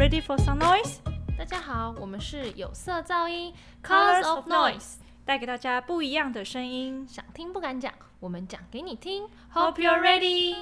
Ready for some noise？ 大家好，我们是有色噪音 Colors of Noise， 带给大家不一样的声音。 想听不敢讲，我们讲给你听。 Hope you're ready。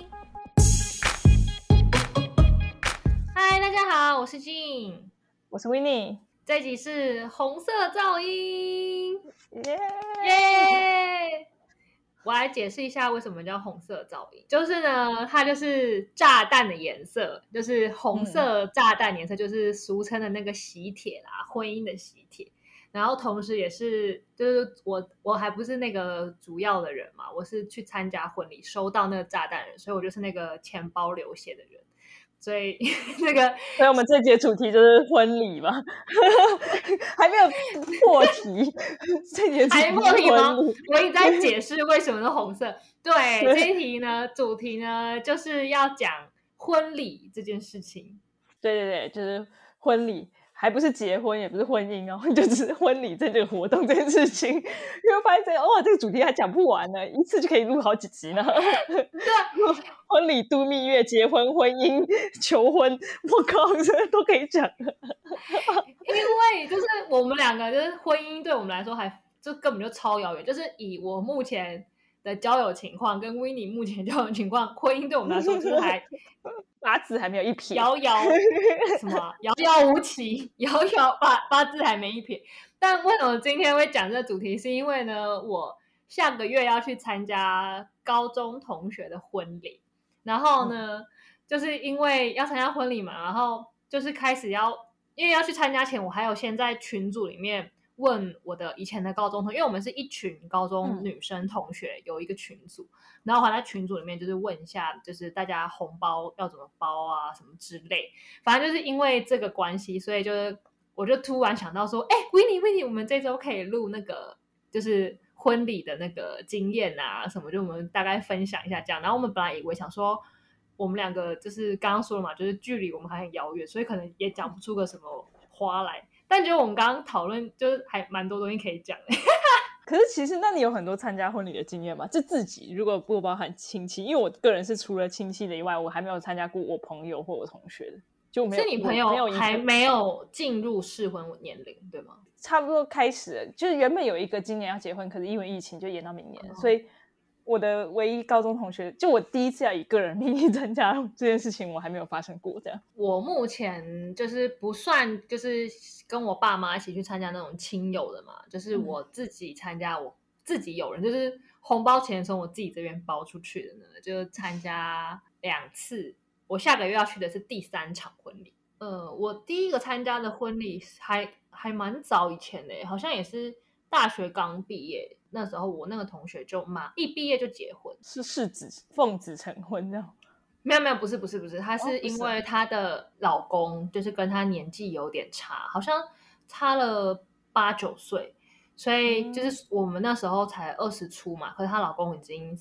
嗨，大家好，我是 Jean， 我是 Winnie。 这一集是红色噪音， 耶耶！我来解释一下为什么叫红色噪音。就是呢，它就是炸弹的颜色，就是红色炸弹颜色，就是俗称的那个喜帖啦，婚姻的喜帖。然后同时也是，就是我还不是那个主要的人嘛，我是去参加婚礼收到那个炸弹人，所以我就是那个钱包流血的人。所以那个， 所以我们这节主题就是婚礼嘛，还没有破题。这节主题还破题吗？ 婚礼我一直在解释为什么是红色。对，这一题呢，主题呢就是要讲婚礼这件事情。 对对对，就是婚礼，还不是结婚，也不是婚姻哦，就是婚礼这个活动这件事情。因为发现这个主题还讲不完呢，一次就可以录好几集呢。 对， 婚礼、度蜜月、结婚、婚姻、求婚，我靠，这都可以讲。 因为就是我们两个，就是婚姻对我们来说就根本就超遥远。就是以我目前的交友情况跟Winnie目前交友情况，婚姻对我们来说就是还八字还没有一撇， 遥遥无期，八字还没一撇。但为什么今天会讲这个主题，是因为呢，我下个月要去参加高中同学的婚礼，然后呢，就是因为要参加婚礼嘛，然后就是开始因为要去参加前，我还有先在群组里面问我的以前的高中同学，因为我们是一群高中女生同学，有一个群组，然后我还在群组里面就是问一下，就是大家红包要怎么包啊，什么之类。反正就是因为这个关系，所以我就突然想到说，Winnie，我们这周可以录那个就是婚礼的那个经验啊什么，就我们大概分享一下这样。然后我们本来以为想说，我们两个就是刚刚说了嘛，就是距离我们还很遥远，所以可能也讲不出个什么花来。但觉得我们刚刚讨论就是还蛮多东西可以讲的。 可是其实那你有很多参加婚礼的经验吗？就自己如果不包含亲戚，因为我个人是除了亲戚的以外，我还没有参加过我朋友或我同学的，就没有。 是你朋友还没有进入适婚年龄对吗？ 差不多开始了，就是原本有一个今年要结婚，可是因为疫情就延到明年，所以我的唯一高中同学，就我第一次要以个人名义参加这件事情，我还没有发生过这样。 我目前就是不算就是跟我爸妈一起去参加那种亲友的嘛，就是我自己参加，我自己有人就是红包钱从我自己这边包出去的呢，就参加2次。我下个月要去的是第3场婚礼。我第一个参加的婚礼还蛮早以前的，好像也是大学刚毕业。那时候我那个同学就一毕业就结婚， 是奉子成婚这样？ 没有，不是，她是因为她的老公就是跟她年纪有点差，好像差了8、9岁，所以就是我们那时候才20出嘛，可是她老公已经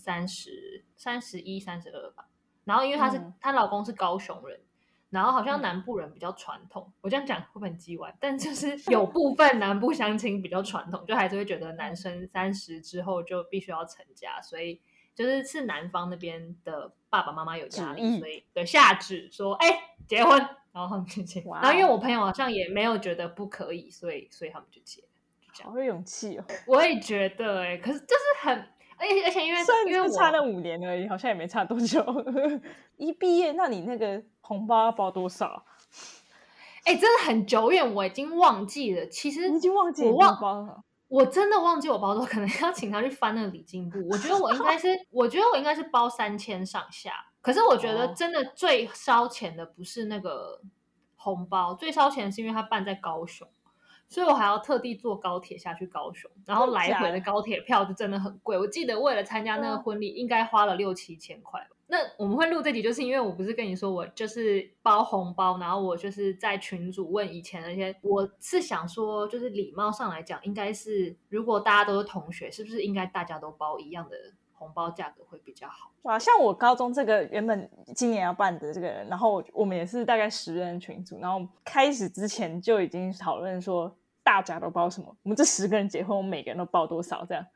31、32吧。然后因为她老公是高雄人，然后好像南部人比较传统，我这样讲会不会很叽歪？但就是有部分南部乡亲比较传统，就还是会觉得男生30之后就必须要成家，所以是南方那边的爸爸妈妈有压力，所以的下旨说，结婚，然后他们就结。然后因为我朋友好像也没有觉得不可以，所以他们就结了。 好有勇气哦！ 我也觉得可是就是很。而且因为我差那5年而已，好像也没差多久。一毕业，那你那个红包要包多少？ 真的很久远，我已经忘记了。其实你已经忘记我包了， 我真的忘记我包多少，可能要请他去翻那个礼金簿。我觉得我应该是包3000上下。可是我觉得真的最烧钱的不是那个红包，最烧钱是因为他办在高雄。所以我还要特地坐高铁下去高雄，然后来回的高铁票就真的很贵。我记得为了参加那个婚礼，应该花了6、7千块吧。那我们会录这集，就是因为我不是跟你说我就是包红包，然后我就是在群组问以前那些，我是想说，就是礼貌上来讲，应该是如果大家都是同学，是不是应该大家都包一样的红包价格会比较好？ 哇，像我高中这个原本今年要办的这个人，然后我们也是大概10人群组，然后开始之前就已经讨论说大家都包什么，我们这10个人结婚，我们每个人都包多少这样。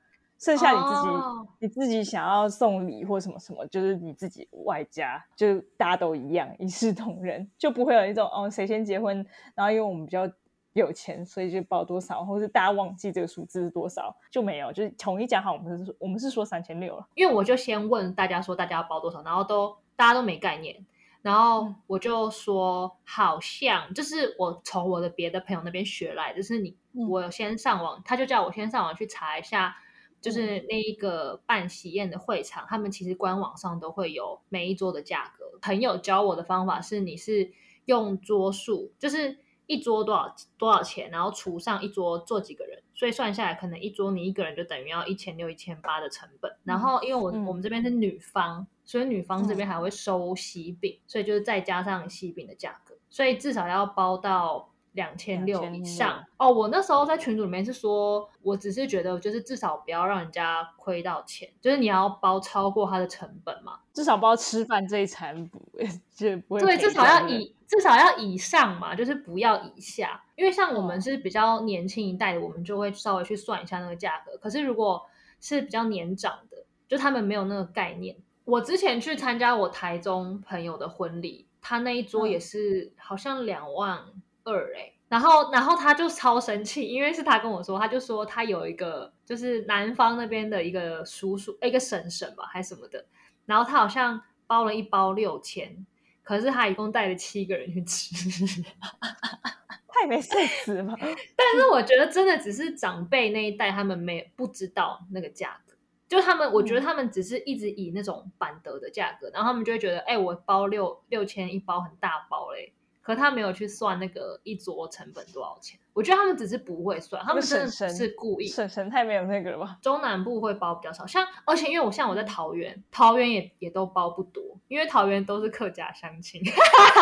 剩下你自己想要送礼或什么什么，就是你自己外加，就大家都一样，一视同仁，就不会有一种谁先结婚，然后因为我们比较有钱，所以就包多少，或是大家忘记这个数字是多少，就没有，就是统一讲好，我们是说3600了。 因为我就先问大家说大家要包多少，然后大家都没概念，然后我就说好像就是我从我的别的朋友那边学来，就是我有先上网，他就叫我先上网去查一下，就是那一个办喜宴的会场，他们其实官网上都会有每一桌的价格。朋友教我的方法是，你是用桌数，就是一桌多少钱，然后除上一桌坐几个人，所以算下来可能一桌你一个人就等于要1600、1800的成本。然后因为我们这边是女方，所以女方这边还会收喜饼，所以就是再加上喜饼的价格，所以至少要包到2600以上。我那时候在群组里面是说，我只是觉得就是至少不要让人家亏到钱，就是你要包超过它的成本嘛， 至少包吃饭这一餐就不会对，至少要以上嘛，就是不要以下。因为像我们是比较年轻一代的，我们就会稍微去算一下那个价格。可是如果是比较年长的，就他们没有那个概念。我之前去参加我台中朋友的婚礼，他那一桌也是好像22000然后他就超生气，因为是他跟我说，他就说他有一个就是南方那边的一个叔叔，一个婶婶吧还是什么的，然后他好像包了一包6000，可是他一共带了7个人去吃太没 sense 了。 但是我觉得真的只是长辈那一代他们不知道那个价格，就我觉得他们只是一直以那种板德的价格，然后他们就会觉得我包6000一包很大包嘞，可他没有去算那个一桌成本多少钱。我觉得他们只是不会算，他们真的是故意。 婶婶太没有那个了吧？ 中南部会包比较少，而且因为我在桃园也都包不多，因为桃园都是客家乡亲是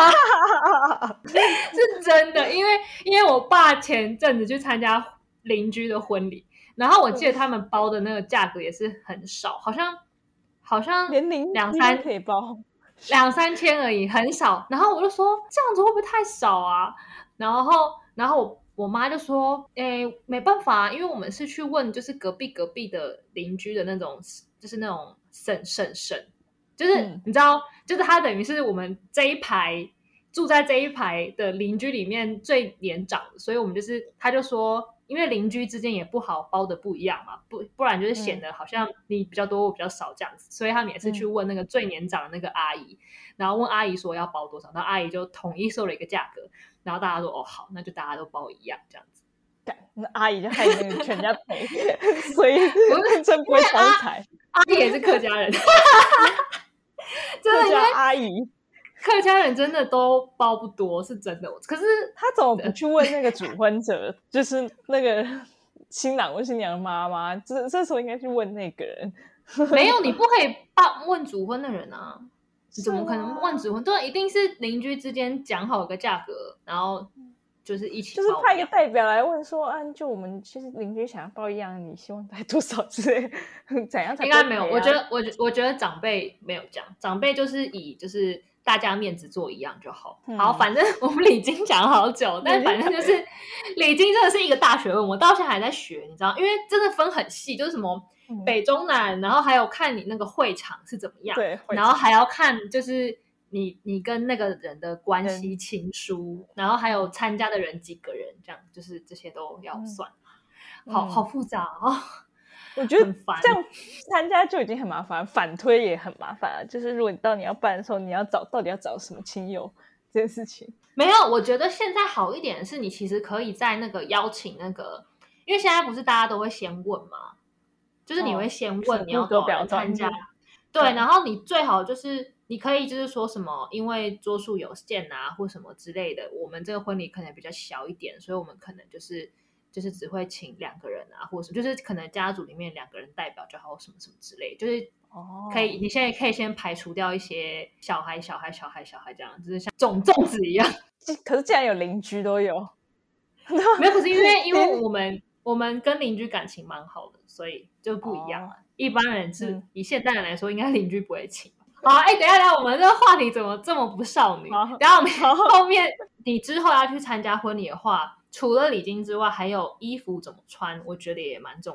真的。因为我爸前阵子去参加邻居的婚礼，然后我记得他们包的那个价格也是很少，好像连邻居可以包 2-3千而已，很少。然后我就说这样子会不会太少啊？然后我妈就说没办法，因为我们是去问就是隔壁的邻居的那种，就是那种婶，就是你知道，就是他等于是我们这一排住在这一排的邻居里面最年长的，所以我们他就说，因为邻居之间也不好包的不一样嘛，不然就是显得好像你比较多我比较少这样子，所以他们也是去问那个最年长的那个阿姨，然后问阿姨说要包多少，然后阿姨就统一说了一个价格，然后大家说好，那就大家都包一样这样子。 那阿姨就害那个全家赔所以真不会招财。 阿姨也是客家人真的， 客家阿姨客家人真的都包不多，是真的。可是他怎么不去问那个主婚者就是那个新郎或新娘的妈妈，这时候应该去问那个人。 没有，你不可以问主婚的人啊，怎么可能问主婚？对，一定是邻居之间讲好个价格，然后就是一起包， 就是派一个代表来问说，就我们其实邻居想要包一样，你希望带多少之类，怎样才应该没有。我觉得长辈没有讲，长辈就是以就是大家面子做一样就好。好，反正我们礼金讲好久，但反正就是礼金真的是一个大学问，我到现在还在学，你知道，因为真的分很细，就是什么北中南，然后还有看你那个会场是怎么样， 对， 然后还要看就是你跟那个人的关系亲疏，然后还有参加的人几个人，这样就是这些都要算，好复杂哦。 我觉得这样参加就已经很麻烦，反推也很麻烦了。就是如果你要办的时候，你到底要找什么亲友这件事情， 没有。我觉得现在好一点的是，你其实可以在那个邀请那个，因为现在不是大家都会先问嘛，就是你会先问你要多少人参加，对，然后你最好就是你可以就是说什么，因为桌数有限啊，或什么之类的，我们这个婚礼可能比较小一点，所以我们可能就是只会请2个人啊，或者就是可能家族里面2个人代表就好，什么什么之类，就是可以，你现在可以先排除掉一些小孩这样，就是像种子一样。 可是既然有邻居都有， 没有，可是因为我们跟邻居感情蛮好的，所以就不一样了。一般人是以现代人来说，应该邻居不会请。好，等一下，我们这个话题怎么这么不少女？然后我们后面你之后要去参加婚礼的话，除了礼金之外，还有衣服怎么穿，我觉得也蛮重要的。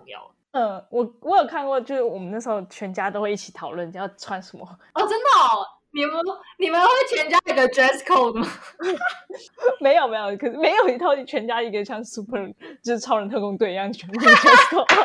我有看过，就是我们那时候全家都会一起讨论要穿什么。 哦，真的哦，你们会全家有个 dress code 吗？ 没有，可是没有一套全家一个像 super 就是超人特工队一样全部 dress code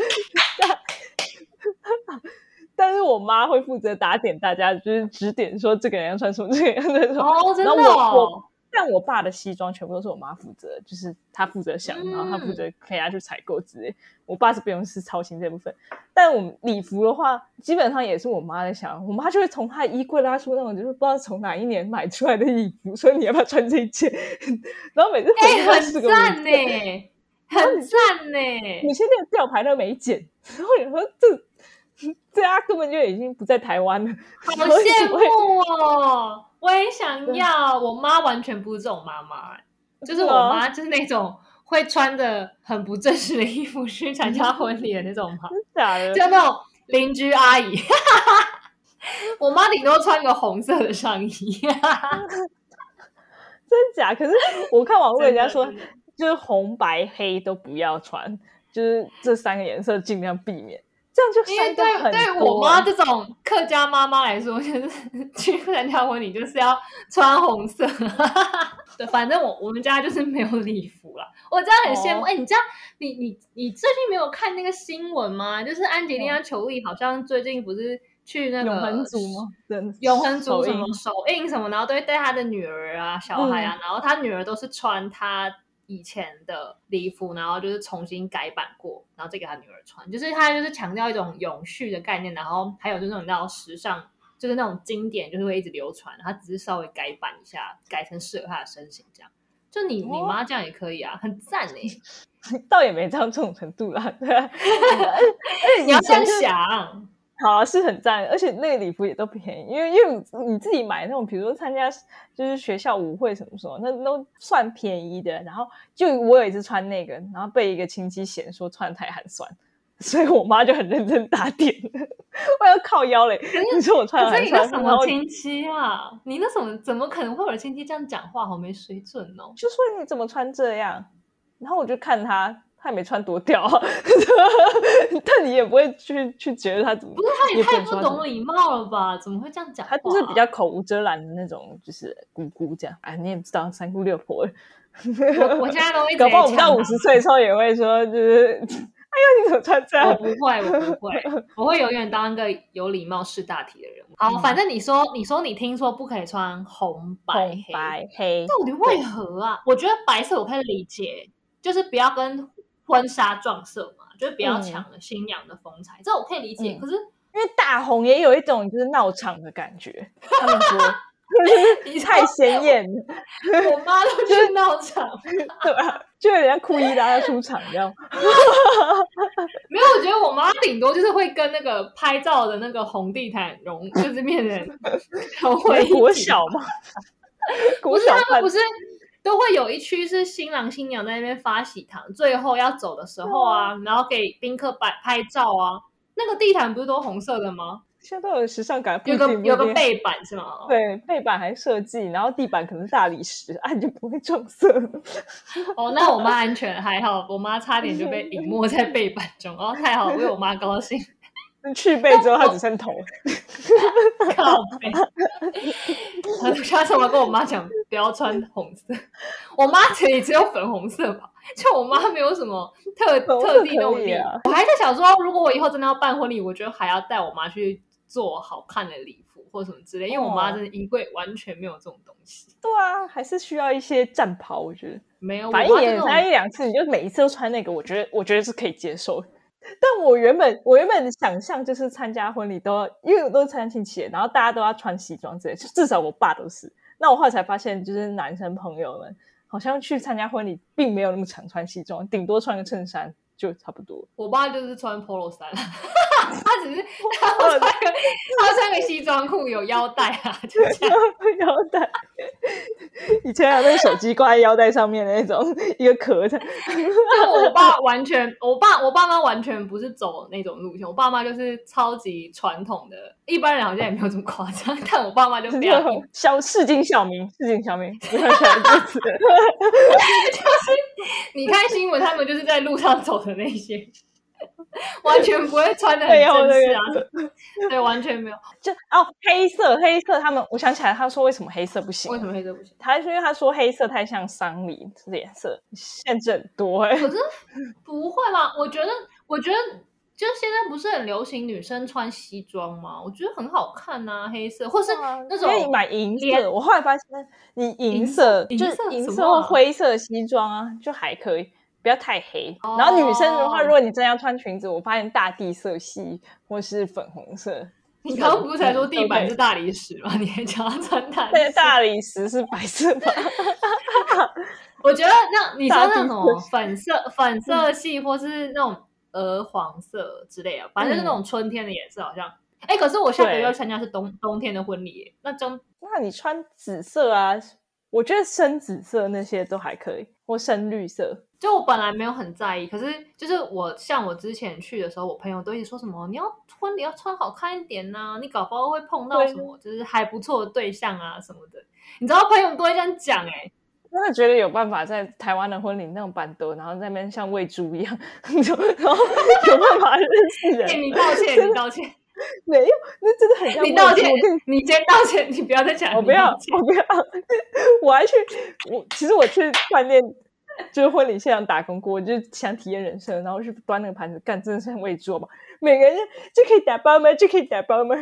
但是我妈会负责打点大家，就是指点说这个人要穿什么，这个人要穿什么。 哦，真的哦。但我爸的西装全部都是我妈负责，就是他负责想，然后他负责陪他去采购之类。我爸是不用是操心这部分。但我们礼服的话，基本上也是我妈在想，我妈就会从她的衣柜拉出那种就是不知道从哪一年买出来的衣服，说你要不要穿这一件？然后每次回去都是个很赞呢，很赞呢。 你现在吊牌都没剪，然后有时候这家根本就已经不在台湾了， 好羡慕哦！我也想要。我妈完全不是这种妈妈，就是我妈就是那种会穿着很不正式的衣服去参加婚礼的那种妈， 真假的？ 就那种邻居阿姨。我妈顶多穿个红色的上衣。真假？可是我看网络人家说，就是红白黑都不要穿，就是这3个颜色尽量避免。这样就删掉很多。 因为对我妈这种客家妈妈来说，就是去参加婚礼就是要穿红色。对，反正我们家就是没有礼服啦。我真的很羡慕。你知道你最近没有看那个新闻吗？就是安吉丽娜·裘丽好像最近不是去那个永恒族吗？ 永恒族什么首映什么，然后都会带他的女儿啊、小孩啊，然后他女儿都是穿他以前的礼服，然后就是重新改版过，然后再给他女儿穿，就是他就是强调一种永续的概念，然后还有就是那种叫时尚，就是那种经典，就是会一直流传，他只是稍微改版一下，改成适合他的身形这样。就你妈这样也可以啊，很赞欸。 倒也没到这种程度啦，对啊。 你要这样想。 好，是很赞，而且那个礼服也都便宜，因为你自己买那种，比如说参加就是学校舞会什么什么，那都算便宜的。然后就我有一次穿那个，然后被一个亲戚嫌说穿太寒酸，所以我妈就很认真打点，我要靠腰嘞。你说我穿得寒酸， 可是你那什么亲戚啊？你那什么怎么可能会有亲戚这样讲话？好没水准哦！ 就说你怎么穿这样，然后我就看他也没穿多掉啊，但你也不会去觉得他怎么， 不是他也太不懂礼貌了吧？怎么会这样讲话？ 他就是比较口无遮拦的那种，就是姑姑这样。哎，你也不知道三姑六婆。 我现在都一直搞不好我们到50岁的时候也会说，就是哎呦你怎么穿这样？ 我不会，我会永远当一个有礼貌识大体的人。好，反正你说你听说不可以穿红白黑，到底为何啊？我觉得白色我可以理解，就是不要跟婚纱撞色嘛，就是不要抢了新娘的风采，这我可以理解。可是因为大红也有一种就是闹场的感觉，他们说你太显眼了。 我妈都去闹场， 对吧？就有人家故意拉她出场，这样。 没有，我觉得我妈顶多就是会跟那个拍照的那个红地毯就是变成融为一体。 国小嘛， 不是他们不是。都会有一区是新郎新娘在那边发喜糖，最后要走的时候啊，然后给宾客拍照啊，那个地毯不是都红色的吗？ 现在都有时尚感， 有个背板是吗？ 对，背板还设计，然后地板可能是大理石，你就不会撞色。 哦，那我妈安全还好，我妈差点就被隐没在背板中，哦，太好了，为我妈高兴。 去背之后，她只剩头。 靠背。下次我要跟我妈讲，不要穿红色。我妈这里只有粉红色吧，就我妈没有什么特地那种礼。我还在想说，如果我以后真的要办婚礼，我觉得还要带我妈去做好看的礼服或什么之类，因为我妈真的衣柜完全没有这种东西。 对啊，还是需要一些战袍，我觉得没有， 反正1年才1-2次，你就每一次都穿那个，我觉得是可以接受。但我原本想象就是参加婚礼都要，因为我都是参加亲戚，然后大家都要穿西装之类，至少我爸都是。那我后来才发现，就是男生朋友们好像去参加婚礼并没有那么常穿西装，顶多穿个衬衫就差不多。 我爸就是穿 polo 衫，他只是他穿个西装裤，有腰带啊，就这样。 腰带，以前有那个手机挂在腰带上面的那种一个壳的。 我爸完全，我爸妈完全不是走那种路线，我爸妈就是超级传统的，一般人好像也没有这么夸张，但我爸妈就非常市井小民，不要想就是你看新闻，他们就是在路上走的那些。 完全不会穿的很正式啊，对，完全没有。 就黑色他们，我想起来，他说为什么黑色不行？ 为什么黑色不行？ 他因为他说黑色太像丧礼的颜色，限制很多可是不会吧？我觉得就现在不是很流行女生穿西装吗？我觉得很好看啊，黑色或是那种可以买银色。我后来发现，你银色就是银色或灰色西装啊，就还可以，不要太黑。然后女生的话，如果你真要穿裙子，我发现大地色系或是粉红色。 你刚刚不是才说地板是大理石吗？你还讲要穿大理石？ 对，大理石是白色吧？ 我觉得你说那种粉色系或是那种鹅黄色之类的，反正是那种春天的颜色，好像。可是我下个月要参加是冬天的婚礼耶，那你穿紫色啊？我觉得深紫色那些都还可以，或深绿色。 就我本来没有很在意，可是就是像我之前去的时候，我朋友都一直说什么你要婚礼要穿好看一点啊，你搞不好会碰到什么就是还不错的对象啊什么的。你知道朋友都会这样讲真的觉得有办法在台湾的婚礼那种板凳，然后在那边像喂猪一样，然后有办法认识人。 你道歉。 没有，那真的很像。 你道歉，你先道歉，你不要再讲。 我不要，我还去，其实我去饭店就是婚礼现场打工过，我就想体验人生，然后去端那个盘子，干真的是很喂猪嘛。每个人就可以打包吗？就可以打包吗？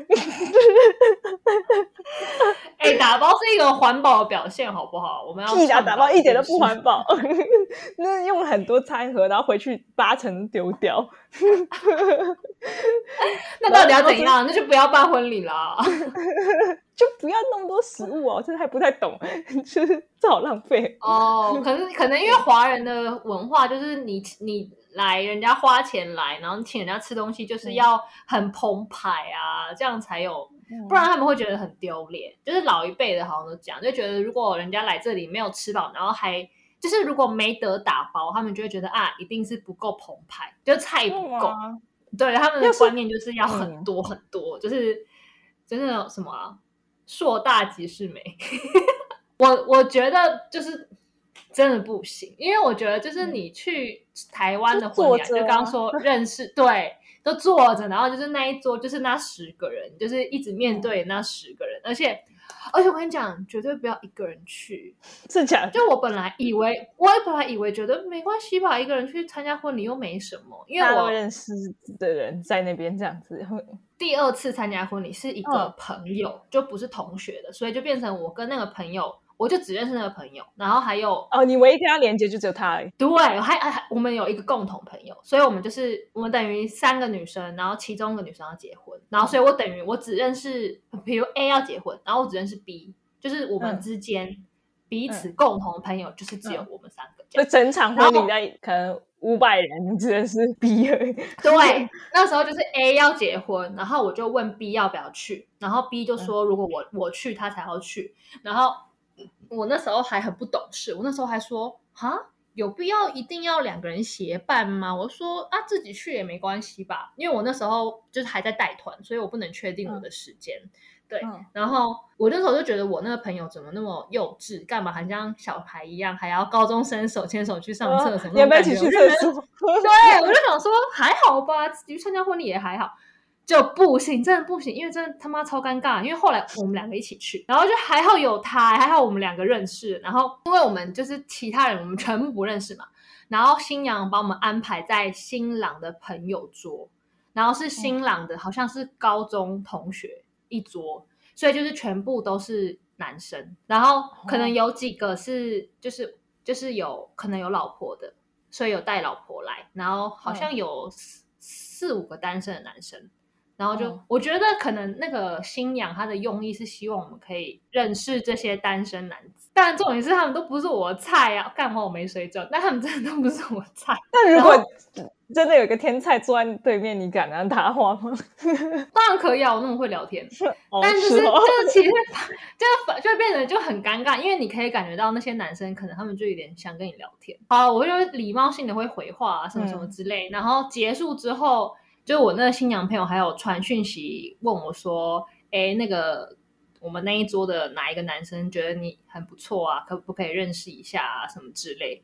打包是一个环保的表现，好不好？我们要打包一点都不环保，那用了很多餐盒，然后回去8成丢掉。 那到底要怎样？那就不要办婚礼啦， 就不要那么多食物哦，这还不太懂，就是这好浪费哦。可能因为华人的文化就是你来人家花钱来，然后请人家吃东西就是要很澎湃啊，这样才有，不然他们会觉得很丢脸。就是老一辈的好像都讲，就觉得如果人家来这里没有吃饱，然后还就是如果没得打包，他们就会觉得一定是不够澎湃，就菜不够。对，他们的观念就是要很多很多，就是真的什么硕大即是美。我觉得就是真的不行，因为我觉得就是你去台湾的婚礼，就刚刚说认识，对，都坐着，然后就是那一桌就是那10个人，就是一直面对那10个人，而且我跟你讲，绝对不要一个人去。 是假的？ 就我本来以为觉得没关系吧，一个人去参加婚礼又没什么，因为我认识的人在那边这样子。 第2次参加婚礼是一个朋友，就不是同学的，所以就变成我跟那个朋友，我就只认识那个朋友，然后还有你唯一跟他连接就只有他而已。 对，我们有一个共同朋友，所以我们等于3个女生，然后其中一个女生要结婚，然后所以我等于我只认识，比如 A 要结婚，然后我只认识 B， 就是我们之间彼此共同的朋友就是只有我们3个这样。 就整场婚礼在可能500人，你只认识 B 而已。 对，那时候就是 A 要结婚，然后我就问 B 要不要去，然后 B 就说如果我去他才要去，然后我那时候还很不懂事，我那时候还说有必要一定要2个人协办吗？我说自己去也没关系吧，因为我那时候就是还在带团，所以我不能确定我的时间。对，然后我那时候就觉得我那个朋友怎么那么幼稚，干嘛还像小孩一样，还要高中生手牵手去上厕所？ 你要不要一起去厕所？ 对，我就想说还好吧，自己去参加婚礼也还好。就不行，真的不行，因为真的他妈超尴尬。因为后来我们2个一起去，然后就还好有他，还好我们2个认识。然后因为我们就是其他人我们全部不认识嘛，然后新娘把我们安排在新郎的朋友桌，然后是新郎的好像是高中同学一桌，所以就是全部都是男生，然后可能有几个是就是有可能有老婆的，所以有带老婆来，然后好像有4-5个单身的男生。然后就我觉得可能那个新娘她的用意是希望我们可以认识这些单身男子，但重点是他们都不是我的菜啊，干嘛我没水准，但他们真的都不是我的菜。 那如果真的有一个天菜坐在对面，你敢让他话吗？ 当然可以啊，我那么会聊天。但就是其实就变得就很尴尬，因为你可以感觉到那些男生可能他们就有点想跟你聊天。好，我就礼貌性的会回话什么什么之类，然后结束之后。就我那个新娘朋友还有传讯息问我说那个我们那一桌的哪一个男生觉得你很不错啊，可不可以认识一下啊什么之类。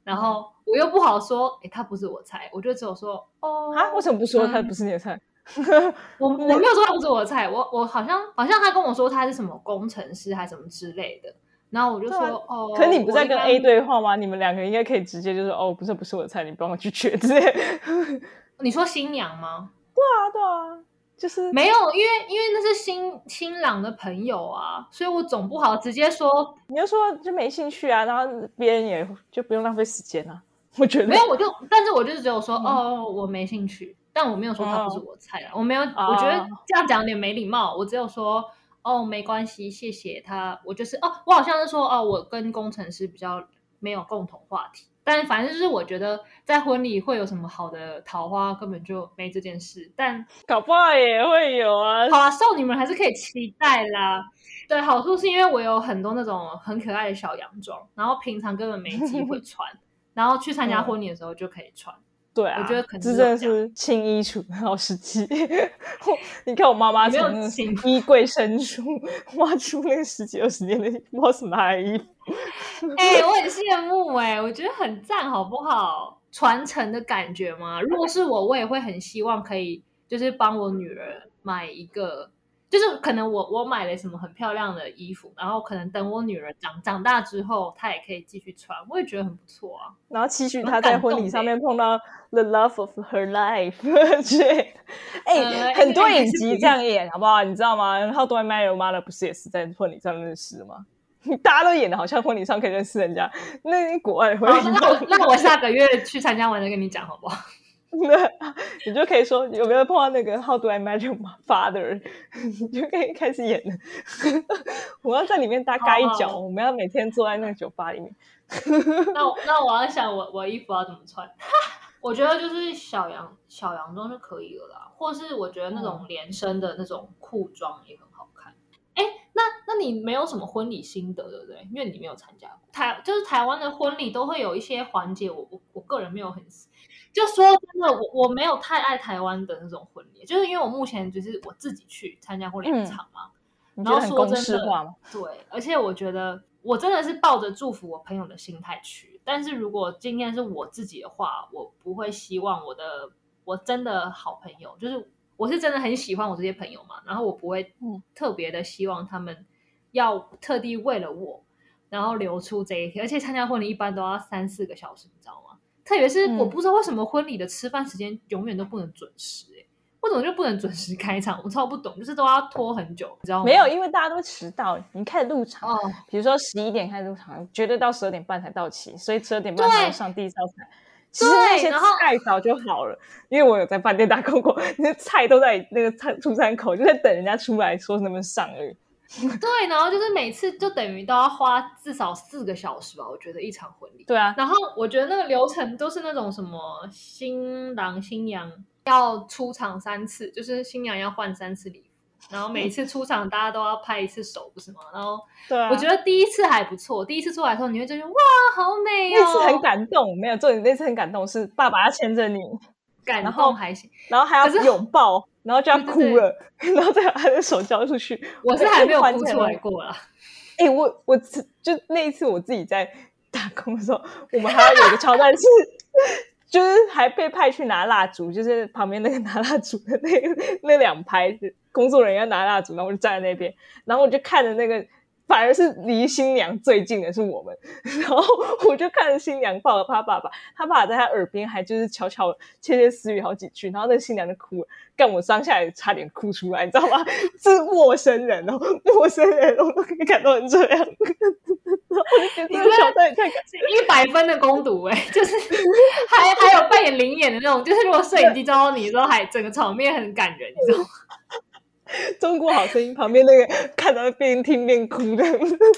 然后我又不好说，他不是我菜，我就只有说为什么不说他不是你的菜？ 我没有说他不是我的菜，我好像他跟我说他是什么工程师还是什么之类的，然后我就说可你不在跟 A 对话吗？你们两个应该可以直接就说不是我的菜，你帮我拒绝之类。 你说新娘吗？ 对啊，就是没有，因为那是新郎的朋友啊，所以我总不好直接说， 你就说就没兴趣啊，然后别人也就不用浪费时间啊。我觉得没有，但是我就只有说我没兴趣，但我没有说他不是我菜我没有，我觉得这样讲有点没礼貌，我只有说没关系，谢谢他，我就是我好像是说我跟工程师比较没有共同话题，但反正就是我觉得在婚礼会有什么好的桃花根本就没这件事，但搞不好也会有啊。 好啊，少女们还是可以期待啦。对，好处是因为我有很多那种很可爱的小洋装，然后平常根本没机会穿，然后去参加婚礼的时候就可以穿。 对啊， 我觉得可能这真的是轻衣橱好时机。你看我妈妈从那个衣柜深处挖出那个10几20年的不知道什么来的衣服。 我很羡慕我觉得很赞，好不好？传承的感觉嘛。如果是我也会很希望可以就是帮我女儿买一个，就是可能我买了什么很漂亮的衣服，然后可能等我女儿长大之后她也可以继续穿，我也觉得很不错啊。 然后期许她在婚礼上面碰到 the love of her life 之类的。很多影集这样演好不好？你知道吗？ How Do I Marry Your Mother 不是也是在婚礼上认识的吗？大家都演的好像婚礼上可以认识人家，那国外的婚礼那我下个月去参加完再跟你讲好不好？ 你就可以说有没有碰到那个 How Do I Marry Your Father， 你就可以开始演了。我要在里面搭盖一脚，我们要每天坐在那个酒吧里面。 那我要想我衣服要怎么穿。我觉得就是小洋装就可以了啦，或是我觉得那种连身的那种裤装也很好看。那你没有什么婚礼心得对不对？因为你没有参加过就是台湾的婚礼都会有一些环节，我个人没有很，就说真的，我没有太爱台湾的那种婚礼，就是因为我目前就是我自己去参加过2场嘛， 然后说真的， 对，而且我觉得我真的是抱着祝福我朋友的心态去，但是如果今天是我自己的话，我不会希望我真的好朋友，就是我是真的很喜欢我这些朋友嘛，然后我不会特别的希望他们要特地为了我然后留出这一天，而且参加婚礼一般都要3-4个小时，你知道吗？特别是我不知道为什么婚礼的吃饭时间永远都不能准时，为什么就不能准时开场？我超不懂，就是都要拖很久，你知道吗？ 没有，因为大家都迟到。你开始入场，比如说11点开始入场，绝对到12点半才到齐，所以12点半才上第一道菜。其实那些菜早就好了，因为我有在饭店打工过，那些菜都在那个出餐口，就在等人家出来说能不能上而已。 对，然后就是每次就等于都要花至少4个小时吧，我觉得一场婚礼。 对啊， 然后我觉得那个流程都是那种什么新郎新娘要出场3次，就是新娘要换3次礼服，然后每一次出场大家都要拍1次手，不是吗？然后我觉得第一次还不错，第一次出来的时候你会觉得哇好美哦， 那次很感动，没有重点，那次很感动是爸爸要牵着你， 感动还行， 然后还要拥抱，然后就要哭了，对，然后再把他的手交出去。 我是还没有哭出来过啦。 我就那一次我自己在打工的时候，我们还要有一个桥段是就是还被派去拿蜡烛，就是旁边那个拿蜡烛的那2排工作人员拿蜡烛，然后我就站在那边，然后我就看着那个反而是离新娘最近的是我们，然后我就看着新娘抱着他爸爸，他爸爸在他耳边还就是悄悄窃窃私语好几句，然后那个新娘就哭了，干我当下也差点哭出来，你知道吗？是陌生人哦，陌生人我都可以感动成这样。我就觉得这个小段也太感 100分的攻读就是还有扮演灵演的那种，就是如果摄影机照到你的时候，还整个场面很感人，你知道吗？ 中国好声音旁边那个看到边听边哭的，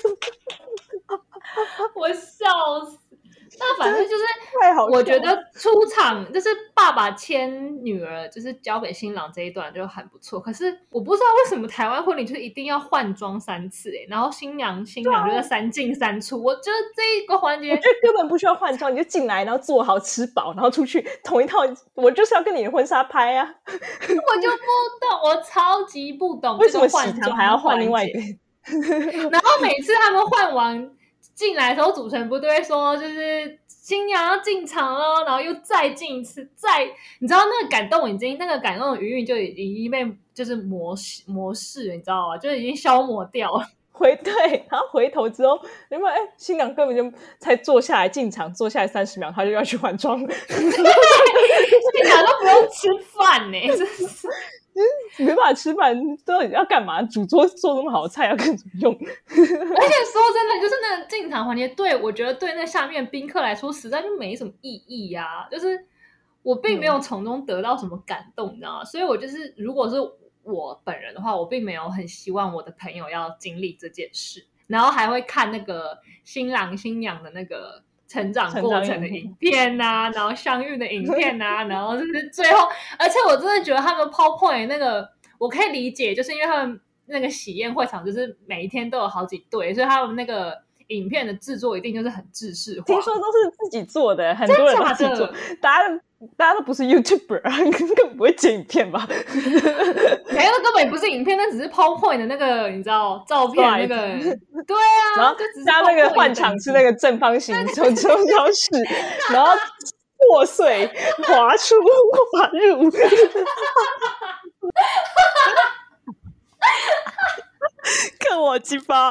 我笑死。那反正就是我觉得出场就是爸爸牵女儿就是交给新郎这一段就很不错，可是我不知道为什么台湾婚礼就是一定要换装3次然后新娘就在3进3出，我觉得这一个环节我觉得根本不需要换装，你就进来然后坐好吃饱然后出去同一套，我就是要跟你的婚纱拍啊。 我就不懂，我超级不懂为什么喜糖还要换另外一个。 然后每次他们换完进来的时候，主持人不都会说就是新娘要进场了，然后又再进一次，你知道那个感动的余韵就已经被就是磨逝了，你知道吗？就已经消磨掉了。 对，然后回头之后，因为新娘根本就才坐下来进场，坐下来30秒，她就要去换装。新娘都不用吃饭呢，真是没办法吃饭，都要干嘛？主桌做那么好的菜要干什么用？ 而且说真的，就是那个进场环节，我觉得对那下面宾客来说，实在就没什么意义呀。就是我并没有从中得到什么感动，你知道吗？所以我就是如果是我本人的话，我并没有很希望我的朋友要经历这件事，然后还会看那个新郎新娘的那个成长过程的影片啊，然后相遇的影片啊，然后就是最后，而且我真的觉得他们 PowerPoint 那个我可以理解，就是因为他们那个喜宴会场就是每一天都有好几对，所以他们那个影片的制作一定就是很制式化。 听说都是自己做的，很多人都自己做，大家都不是 YouTuber 啊，根本不会剪影片吧？ 没有，根本不是影片，那只是 PowerPoint 的那个，你知道照片那个，对啊， 然后加那个换场是那个正方形抽招式，然后破碎、滑出、滑入，看我鸡巴！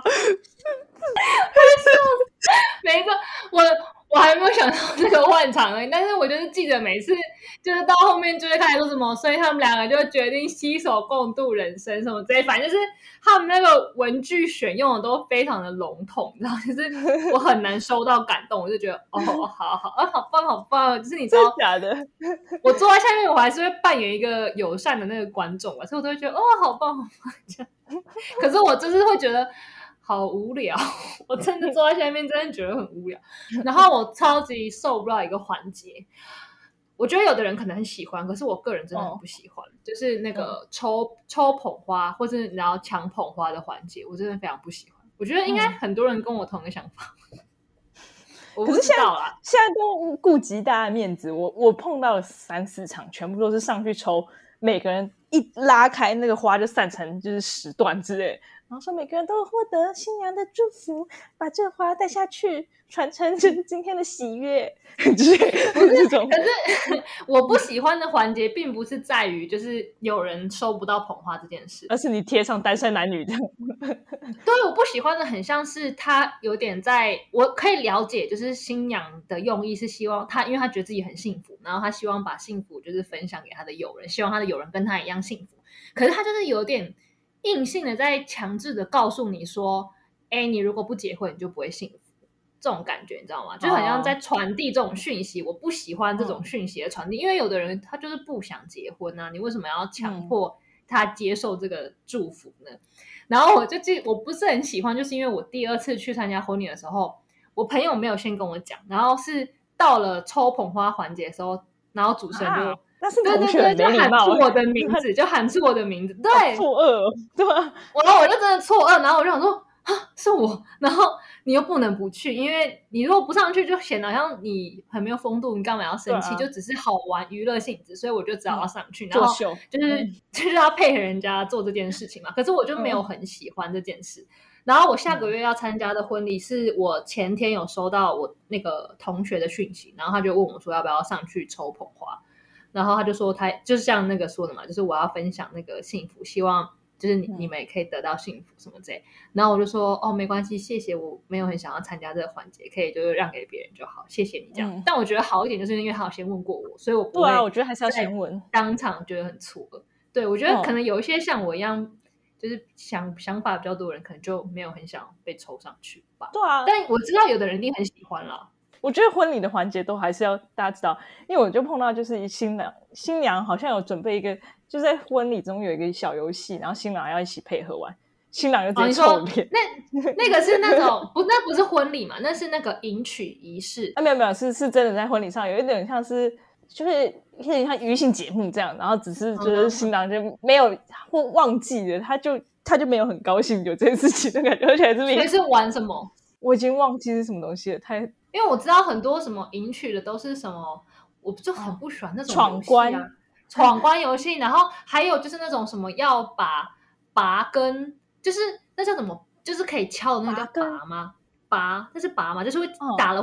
没错，我还没有想到这个换场而已，但是我就是记得每次就是到后面就会开始说什么，所以他们两个就决定携手共度人生什么之类，反正就是他们那个文具选用的都非常的笼统，然后就是我很难收到感动，我就觉得哦，好棒好棒，就是你知道假的， 我坐在下面，我还是会扮演一个友善的那个观众吧，所以我都会觉得哦，好棒好棒这样。可是我就是会觉得好无聊，我真的坐在下面真的觉得很无聊。然后我超级受不了一个环节，我觉得有的人可能很喜欢，可是我个人真的很不喜欢，就是那个抽捧花或是然后抢捧花的环节，我真的非常不喜欢。我觉得应该很多人跟我同一个想法。我不知道啦， 现在都顾及大家的面子，我碰到了3-4场，全部都是上去抽，每个人一拉开那个花就散成就是10段之类的，然后说每个人都获得新娘的祝福，把这花带下去，传承就是今天的喜悦之类的这种。 可是我不喜欢的环节并不是在于就是有人收不到捧花这件事， 而是你贴上单身男女这样。 对，我不喜欢的很像是他有点我可以了解，就是新娘的用意是希望他，因为他觉得自己很幸福，然后他希望把幸福就是分享给他的友人，希望他的友人跟他一样幸福。可是他就是有点硬性的在强制的告诉你说，哎，你如果不结婚，你就不会幸福。这种感觉你知道吗？就好像在传递这种讯息，我不喜欢这种讯息的传递，因为有的人他就是不想结婚啊，你为什么要强迫他接受这个祝福呢？然后我不是很喜欢，就是因为我第2次去参加婚礼的时候，我朋友没有先跟我讲，然后是到了抽捧花环节的时候，然后主持人就那是同学就喊出我的名字，就喊出我的名字，对， 错愕，对吧？ 然后我就真的错愕，然后我就想说啊，是我，然后你又不能不去，因为你如果不上去，就显得好像你很没有风度，你干嘛要生气？就只是好玩娱乐性质，所以我就只好要上去，然后就是要配合人家做这件事情嘛。可是我就没有很喜欢这件事。然后我下个月要参加的婚礼是我前天有收到我那个同学的讯息，然后他就问我说要不要上去抽捧花，然后他就说他就是像那个说的嘛，就是我要分享那个幸福，希望就是你们也可以得到幸福什么之类。然后我就说哦没关系，谢谢，我没有很想要参加这个环节，可以就是让给别人就好，谢谢你这样。但我觉得好一点，就是因为他有先问过我，所以我不会。 对啊，我觉得还是要先问， 当场觉得很错愕。对，我觉得可能有一些像我一样。就是想法比较多的人，可能就没有很想被抽上去吧。 对啊， 但我知道有的人一定很喜欢啦。 我觉得婚礼的环节都还是要大家知道，因为我就碰到就是新娘好像有准备一个，就在婚礼中有一个小游戏，然后新郎要一起配合玩，新郎就直接臭脸。 那个是那种那不是婚礼嘛，那是那个迎娶仪式啊，没有是真的在婚礼上有一点像是就是有点像娱乐性节目这样，然后只是就是新郎就没有或忘记了，他就没有很高兴有这件事情的感觉，而且还是所以是玩什么？ 我已经忘记是什么东西了， 因为我知道很多什么迎娶的都是什么，我就很不喜欢那种闯关游戏，然后还有就是那种什么要把拔根，就是那叫什么，就是可以敲的那个叫拔吗？拔，那是拔吗？就是会打了会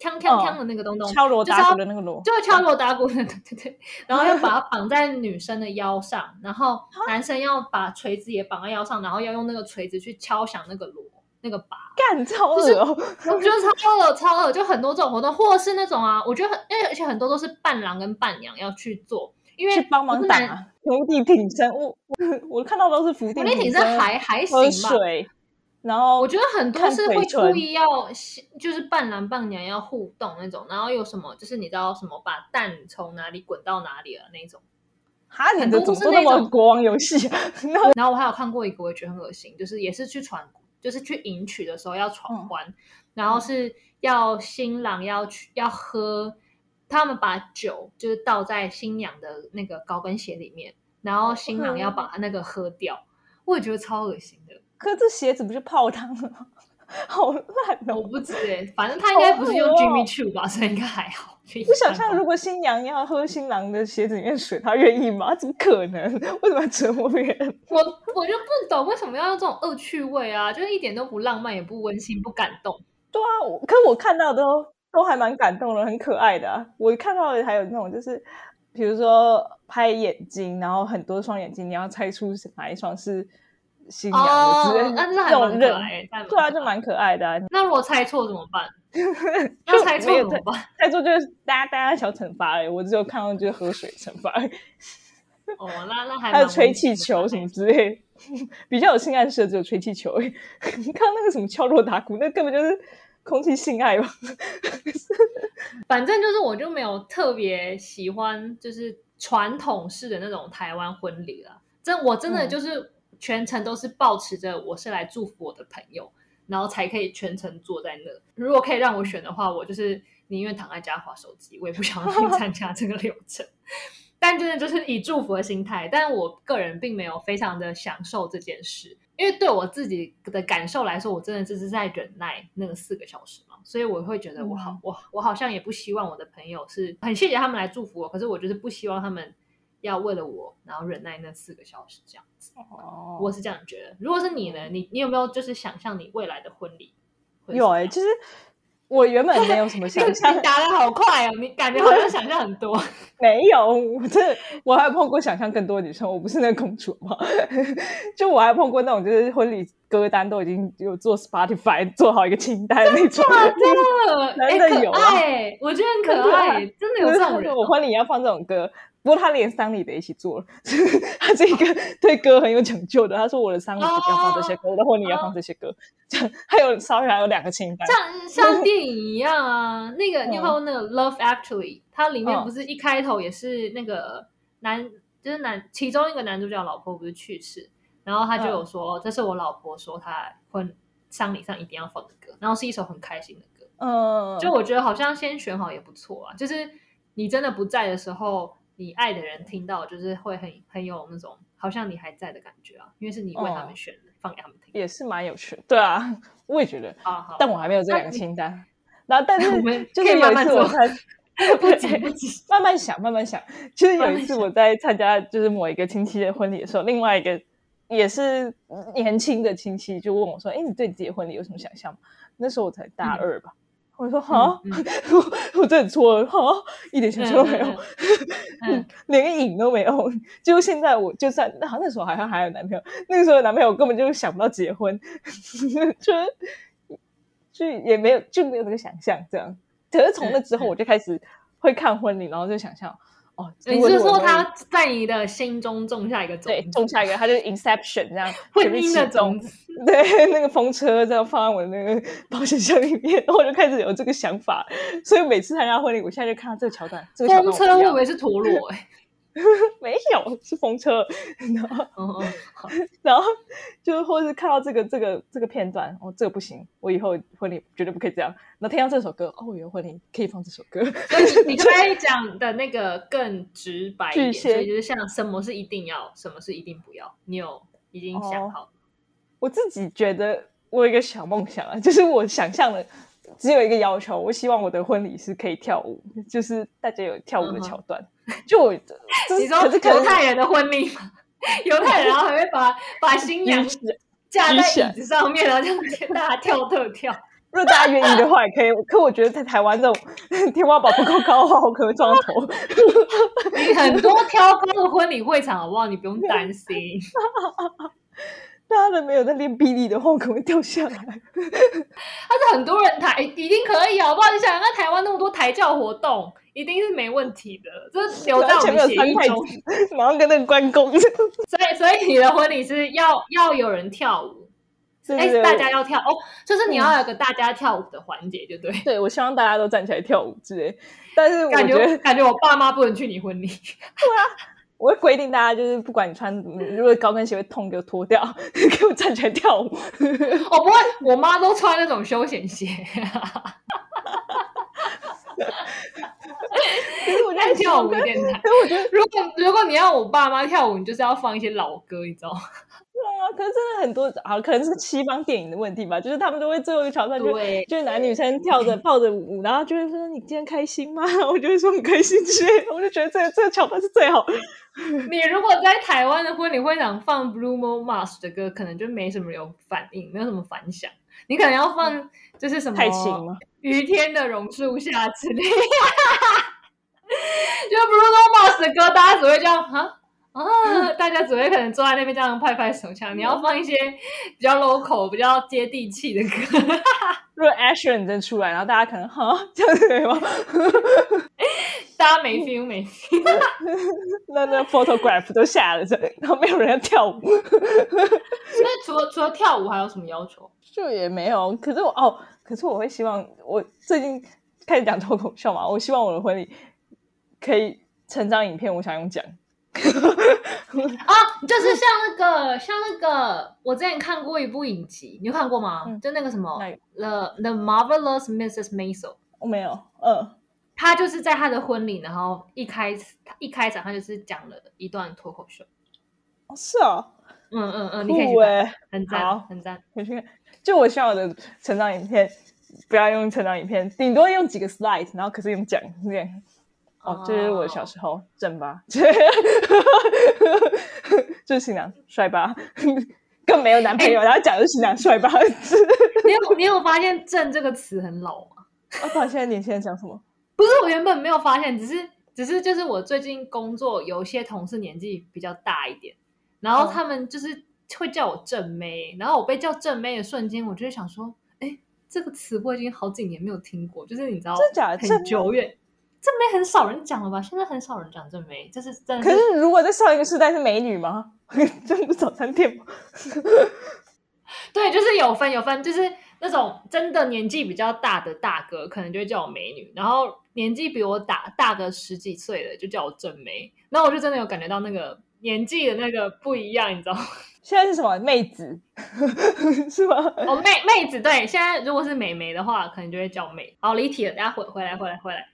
锵锵锵的那个东东， 敲锣打鼓的那个锣， 就是敲锣打鼓的，对，然后要把它绑在女生的腰上，然后男生要把锤子也绑在腰上，然后要用那个锤子去敲响那个锣那个拔， 干超恶哦！ 我觉得超恶，就很多这种活动，或者是那种啊，我觉得而且很多都是伴郎跟伴娘要去做，因为去帮忙打伏地挺身，我看到都是伏地挺身， 还行吧。 喝水，然后我觉得很多是会故意要，就是伴郎伴娘要互动那种，然后有什么就是你知道什么把蛋从哪里滚到哪里了那种。 哈，你的怎么都那么国王游戏啊？ 然后我还有看过一个，我也觉得很恶心，就是也是去就是去迎娶的时候要闯关，然后是要新郎要喝，他们把酒就是倒在新娘的那个高跟鞋里面，然后新郎要把那个喝掉，我也觉得超恶心的。 可这鞋子不是泡汤了吗？好烂哦！ 我不知反正他应该不是用 Jimmy Choo 吧，所以应该还好。 我想象如果新娘要喝新郎的鞋子里面水，她愿意吗？怎么可能？为什么要折磨别人？ 我就不懂为什么要用这种恶趣味啊，就是一点都不浪漫，也不温馨，不感动。 对啊，可我看到都还蛮感动的，很可爱的啊。我看到的还有那种就是比如说拍眼睛，然后很多双眼睛，你要猜出哪一双是新娘的之类的， 那还蛮可爱的。 对啊，就蛮可爱的啊。 那如果猜错怎么办？要猜错怎么办？ 猜错就是大家小惩罚而已，我只有看到就是喝水惩罚而已。 哦，那还还有吹气球什么之类的，比较有性暗示的只有吹气球而已。你看那个什么敲锣打鼓，那根本就是空气性爱吧。 反正就是我就没有特别喜欢就是传统式的那种台湾婚礼啦。我真的就是全程都是抱持着我是来祝福我的朋友，然后才可以全程坐在那。如果可以让我选的话，我就是宁愿躺在家滑手机，我也不想要去参加这个流程。但真的就是以祝福的心态，但我个人并没有非常的享受这件事，因为对我自己的感受来说，我真的就是在忍耐那个4个小时嘛，所以我会觉得我好像也不希望我的朋友是很谢谢他们来祝福我，可是我就是不希望他们要为了我然后忍耐那4个小时这样子。我是这样觉得。如果是你呢，你有没有就是想象你未来的婚礼？ 有其实我原本没有什么想象。 你答得好快哦，你感觉好像想象很多。 没有，我还碰过想象更多的女生，我不是那个公主嘛。就我还碰过那种就是婚礼歌单都已经有做 Spotify 做好一个清单那种。真的有啊， 我觉得很可爱，真的有这种人。 我婚礼要放这种歌。不过他连丧礼的一起做了，他是一个对歌很有讲究的。他说我的丧礼要放这些歌，我的婚礼要放这些歌，这样还有稍微还有2个清单， 像电影一样啊。那个你有看过那个 Love Actually？ 它里面不是一开头也是那个就是其中一个男主角老婆不是去世，然后他就有说这是我老婆说他丧礼上一定要放的歌，然后是一首很开心的歌。就我觉得好像先选好也不错啊，就是你真的不在的时候。你爱的人听到就是会很有那种好像你还在的感觉啊，因为是你为他们选的，放给他们听， 也是蛮有趣的。对啊，我也觉得。但我还没有这2个清单。然后，但是就是有一次我不急， 慢慢想。就是有一次我在参加就是某一个亲戚的婚礼的时候，另外一个也是年轻的亲戚就问我说：“哎，你对你自己的婚礼有什么想象吗？”那时候我才大2吧。我说哈，我真的错了哈，一点想象都没有，连个影都没有。结果现在我就算那时候好像还有男朋友，那个时候的男朋友根本就想不到结婚，就也没有这个想象这样。可是从那之后我就开始会看婚礼，然后就想象你是说他在你的心中种下一个种子？ 对，种下一个，他就是 Inception 这样， 婚姻的种子。 对，那个风车这样放在我的那个保险箱里面，然后我就开始有这个想法。所以每次参加婚礼，我现在就看到这个桥段。 风车我以为是陀螺没有，是风车。然后就或是看到这个片段，这个不行，我以后婚礼绝对不可以这样。那听到这首歌，我以后婚礼可以放这首歌。 所以你刚才讲的那个更直白一点，所以就是像什么是一定要，什么是一定不要，你有已经想好？ 我自己觉得我有一个小梦想啊，就是我想象的只有一个要求，我希望我的婚礼是可以跳舞，就是大家有跳舞的桥段。就我你说犹太人的婚礼吗？犹太人然后还会把新娘架在椅子上面，然后这样大家跳特跳。 如果大家愿意的话也可以，可我觉得在台湾这种天花板不够高的话，我可能会撞到头。 你很多挑高的婚礼会场好不好？你不用担心。 大家都没有在练臂力的话，我可能会掉下来。 但是很多人一定可以好不好？你想想看，台湾那么多抬轿活动，一定是没问题的。这留在我们协议中， 马上跟那个关公。 所以你的婚礼是要有人跳舞。大家要跳哦，就是你要有个大家跳舞的环节，就对。 对，我希望大家都站起来跳舞之类。但是我感觉我爸妈不能去你婚礼。对啊，我会规定大家，就是不管你穿，如果高跟鞋会痛，给我脱掉，给我站起来跳舞。 我不会，我妈都穿那种休闲鞋。可是我在跳舞电台，我觉得如果你要我爸妈跳舞，你就是要放一些老歌，你知道吗？ 可是真的很多可能是西方电影的问题吧，就是他们都会最后一个桥段就是男女生跳着抱着舞，然后就会说你今天开心吗？我就会说很开心之类的，我就觉得这个桥段是最好的。 你如果在台湾的婚礼会场放 Bruno Mars 的歌，可能就没什么有反应，没有什么反响。你可能要放就是什么太轻吗？ 于天的榕树下之类的。就 Bruno Mars 的歌，大家只会这样大家只会可能坐在那边这样拍拍手枪。你要放一些比较 local 比较接地气的歌。 如果 Asher 真出来，然后大家可能这样子吗？ 大家没 feel 没 feel。 那 photograph 都下了，然后没有人要跳舞。 那除了跳舞还有什么要求？ 就也没有。可是我会希望，我最近开始讲脱口秀嘛，我希望我的婚礼可以成张影片，我想用讲。 就是像那个，我之前看过一部影集，你有看过吗？就那个什么The Marvelous Mrs. Maisel。我没有。 他就是在他的婚礼，然后一开场他就是讲了一段脱口秀。 是哦。 你可以去看，很赞，很赞。 就我希望我的成长影片不要用成长影片，顶多用几个 slide， 然后可是用讲这样。这是我小时候正吧，就是新娘帅吧，更没有男朋友，然后讲的是新娘帅吧。 你有发现正这个词很老吗？ 不知道现在年轻人讲什么？ 不是，我原本没有发现，只是就是我最近工作有些同事年纪比较大一点，然后他们就是会叫我正妹，然后我被叫正妹的瞬间，我就会想说，这个词我已经好几年没有听过，就是你知道， 真的假的？ 很久远。正妹很少人讲了吧？现在很少人讲正妹，这是真的。 可是如果在上一个世代是美女吗？这不是早餐店吗？ 对，就是有分，就是那种真的年纪比较大的大哥，可能就会叫我美女，然后年纪比我大个十几岁的就叫我正妹。那我就真的有感觉到那个年纪的那个不一样，你知道吗？ 现在是什么妹子是吗？ 妹子，对，现在如果是美眉的话，可能就会叫妹。好，离题了，大家回来。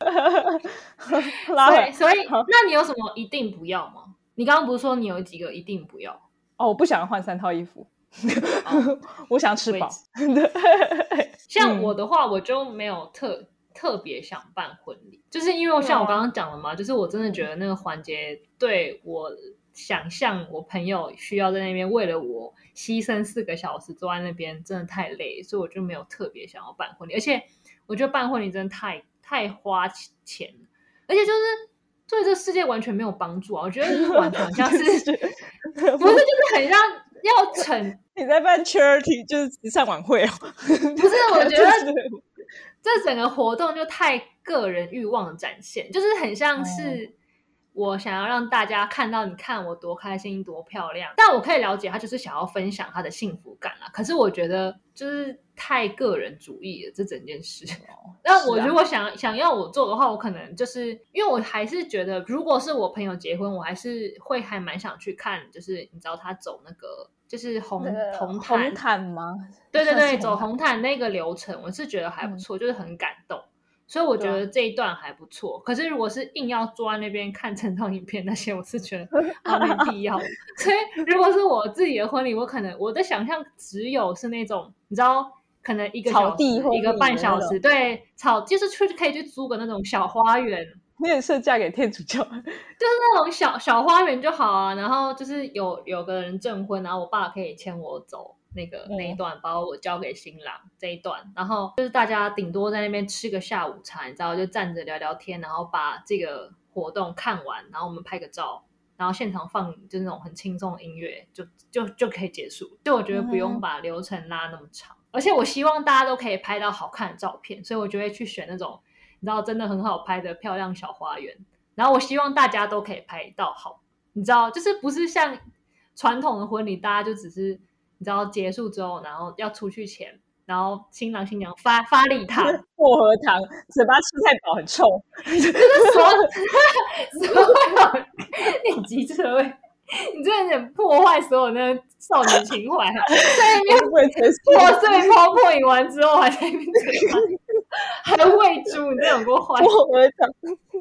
所以那你有什么一定不要吗？你刚刚不是说你有几个一定不要？ 我不想换3套衣服。我想吃饱。 像我的话，我就没有特别想办婚礼，就是因为像我刚刚讲了嘛，就是我真的觉得那个环节对我想象我朋友需要在那边为了我牺牲4个小时坐在那边真的太累，所以我就没有特别想要办婚礼。而且我觉得办婚礼真的太花钱了，而且就是对这个世界完全没有帮助啊！我觉得完全像是不是就是很像要成你在办 charity 就是慈善晚会哦？ 不是，我觉得这整个活动就太个人欲望的展现，就是很像是我想要让大家看到你看我多开心多漂亮，但我可以了解他就是想要分享他的幸福感啦。可是我觉得就是太个人主义了这整件事。那我如果想要我做的话，我可能就是因为我还是觉得如果是我朋友结婚，我还是会还蛮想去看，就是你知道他走那个就是红毯吗？ 对，走红毯那个流程我是觉得还不错，就是很感动，所以我觉得这一段还不错。可是如果是硬要坐在那边看整套影片那些，我是觉得没必要。所以如果是我自己的婚礼，我可能我的想象只有是那种你知道可能1个小时1个半小时，对，就是可以去租个那种小花园。 你很适合嫁给天主教，就是那种小花园就好啊。然后就是有个人证婚，然后我爸可以牵我走那一段，把我交给新郎这一段，然后就是大家顶多在那边吃个下午茶，你知道，就站着聊聊天，然后把这个活动看完，然后我们拍个照，然后现场放就是那种很轻松的音乐，就可以结束。就我觉得不用把流程拉那么长，而且我希望大家都可以拍到好看的照片，所以我就会去选那种你知道真的很好拍的漂亮小花园，然后我希望大家都可以拍到好，你知道，就是不是像传统的婚礼，大家就只是你知道结束之后，然后要出去前，然后新郎新娘发礼糖、 薄荷糖，嘴巴吃太饱很臭， 就是所有你机车位，你真的有点破坏所有那个少女情怀，在那边破碎泡沫饮完之后，还在那边嘴巴还喂猪，你这种过坏。 薄荷糖。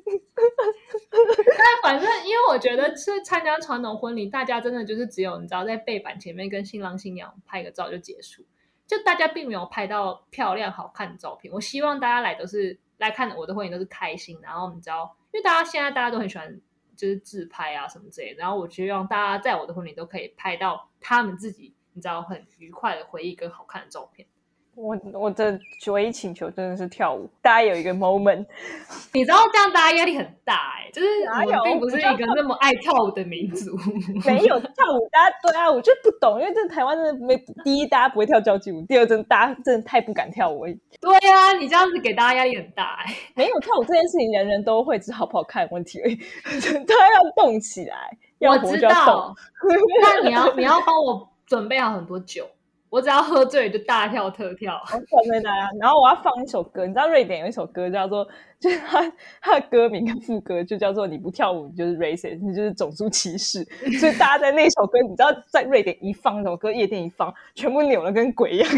但反正因为我觉得是参加传统婚礼，大家真的就是只有你知道在背板前面跟新郎新娘拍个照就结束，就大家并没有拍到漂亮好看的照片。我希望大家来都是来看我的婚礼都是开心，然后你知道，因为现在大家都很喜欢就是自拍啊什么之类的，然后我希望大家在我的婚礼都可以拍到他们自己你知道很愉快的回忆跟好看的照片。 我的唯一请求真的是跳舞，大家有一个 moment。 你知道这样大家压力很大就是我们并不是一个那么爱跳舞的民族。 没有跳舞，大家对啊，我就不懂，因为这台湾真的没第一大家不会跳交际舞，第二大家真的太不敢跳舞。 对啊，你这样子给大家压力很大没有跳舞这件事情人人都会，只是好不好看的问题而已。大家要动起来，要活就要动。 那你要帮我准备好很多酒。我只要喝醉就大跳特跳， 然后我要放一首歌，你知道瑞典有一首歌叫做，就是它的歌名跟副歌就叫做你不跳舞你就是 racist， 你就是种族歧视。所以大家在那首歌，你知道在瑞典一放那首歌，夜店一放，全部扭了跟鬼一样。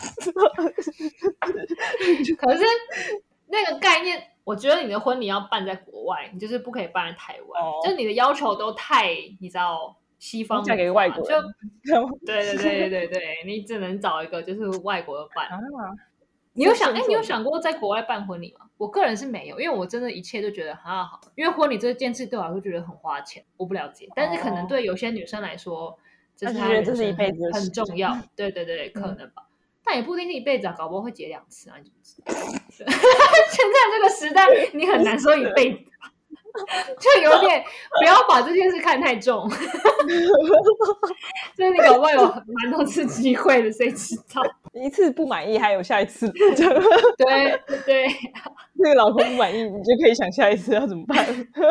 可是那个概念，我觉得你的婚礼要办在国外，你就是不可以办在台湾，就是你的要求都太你知道。西方嫁给外国人， 对，你只能找一个就是外国的伴。你有想过在国外办婚礼吗？我个人是没有，因为我真的一切都觉得好，因为婚礼这件事对我来说觉得很花钱，我不了解。但是可能对有些女生来说，这是一辈子很重要。对，可能吧。但也不一定是一辈子啊，搞不好会结2次啊，你知不知道？现在这个时代，你很难说一辈子。就有点不要把这件事看太重，就是你搞不好有蛮多次机会的，谁知道？ 一次不满意还有下一次。 对， 那个老公不满意，你就可以想下一次要怎么办。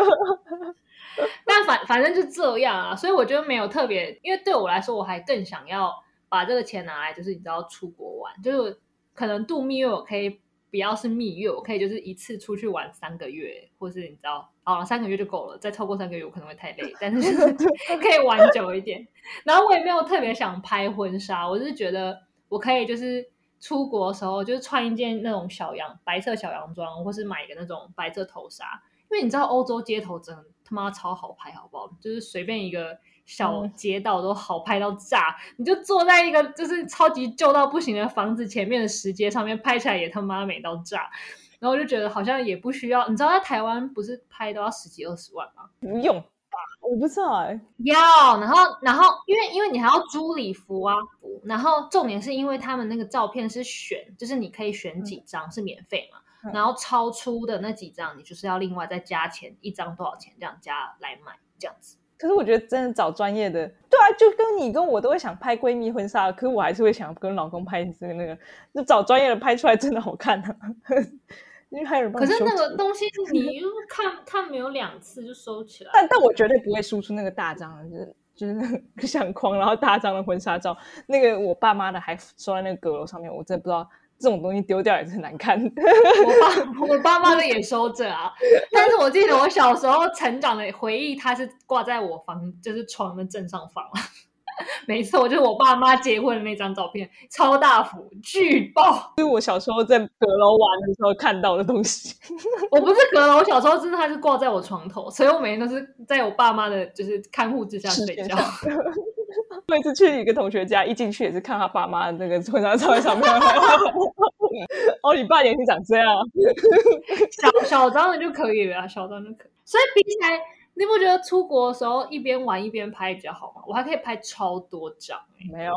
但反正就这样啊，所以我觉得没有特别，因为对我来说，我还更想要把这个钱拿来，就是你知道出国玩，就是可能度蜜月我可以。不要是蜜月，我可以就是一次出去玩3个月，或是你知道，3个月就够了，再超过3个月我可能会太累，但是就是可以玩久一点。然后我也没有特别想拍婚纱，我就是觉得我可以就是出国的时候就是穿一件那种白色小洋装，或是买一个那种白色头纱，因为你知道欧洲街头真的他妈超好拍，好不好？就是随便一个小街道都好拍到炸，你就坐在一个就是超级旧到不行的房子前面的石阶上面拍起来也他妈美到炸，然后我就觉得好像也不需要，你知道在台湾不是拍都要10几20万吗？ 不用吧，我不知道要，然后因为你还要租礼服啊，然后重点是因为他们那个照片是就是你可以选几张是免费嘛，然后超出的那几张你就是要另外再加钱，一张多少钱这样加来买这样子。 可是我觉得真的找专业的，对啊，就跟你跟我都会想拍闺蜜婚纱，可是我还是会想跟老公拍那个，就找专业的拍出来真的好看啊。因为还有人帮你可是那个东西你看没有2次就收起来， 但我绝对不会输出那个大张的，就是那个相框然后大张的婚纱照，那个我爸妈的还收在那个阁楼上面，我真的不知道。这种东西丢掉也是很难看。 我爸妈的也收着啊，但是我记得我小时候成长的回忆，它是挂在我就是床的正上方。没错，就是我爸妈结婚的那张照片，超大幅巨爆， 是我小时候在阁楼玩的时候看到的东西。 我不是阁楼，我小时候真的它是挂在我床头，所以我每天都是在我爸妈的就是看护之下睡觉。 每次去一个同学家，一进去也是看他爸妈的那个婚纱照在上面。哦，你爸年轻长这样。 小张的就可以了，小张就可以。所以比起来，你不觉得出国的时候一边玩一边拍比较好吗？我还可以拍超多张。 没有，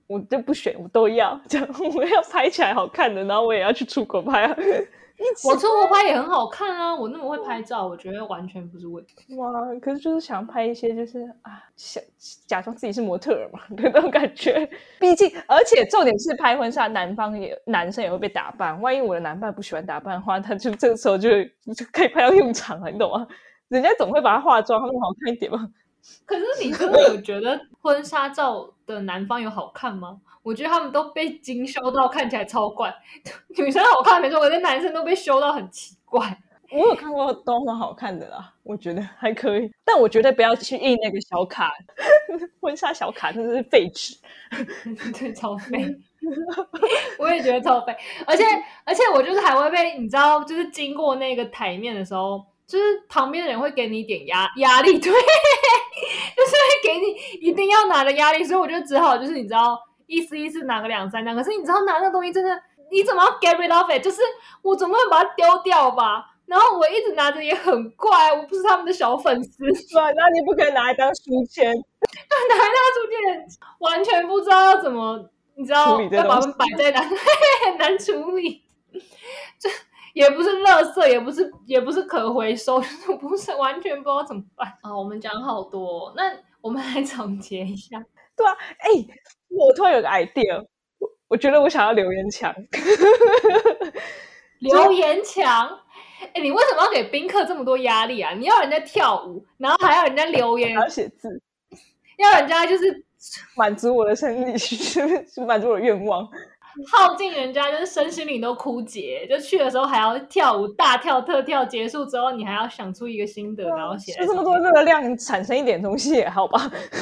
我就不选，我都要这样，我要拍起来好看的，然后我也要去出国拍啊。 我出国拍也很好看啊，我那么会拍照，我觉得完全不是问题。 哇，可是就是想拍一些就是想假装自己是模特儿嘛的那种感觉。毕竟，而且重点是拍婚纱，男生也会被打扮。万一我的男伴不喜欢打扮的话，他就这个时候就可以派上用场了，你懂吗？人家总会把他化妆弄好看一点嘛。 可是你真的有觉得婚纱照的男方有好看吗？我觉得他们都被精修到看起来超怪，女生好看没错，可是男生都被修到很奇怪。 我有看过都很好看的啦，我觉得还可以，但我绝对不要去印那个小卡，婚纱小卡真的是废纸， 对，超废。我也觉得超废，而且我就是还会被你知道，就是经过那个台面的时候，就是旁边的人会给你一点压力，对，就是会给你一定要拿的压力，所以我就只好就是你知道意思拿个2-3张，可是你知道拿那个东西真的，你怎么要 get rid of it？ 就是我总不能把它丢掉吧？然后我一直拿着也很怪，我不是他们的小粉丝， 对啊，那你不可以拿来当书签， 拿来当书签，完全不知道要怎么。你知道要把它们摆在哪，很难处理。这也不是垃圾，也不是可回收，就是不是完全不知道怎么办啊！我们讲好多，那我们来总结一下。 对啊，我突然有个 idea， 我觉得我想要留言墙。 留言墙？你为什么要给宾客这么多压力啊？你要人家跳舞，然后还要人家留言， 还要写字， 要人家就是满足我的生理需求，满足我的愿望， 耗尽人家就是身心灵都枯竭，就去的时候还要跳舞大跳特跳，结束之后你还要想出一个心得，然后写就这么多热量，产生一点东西也好吧。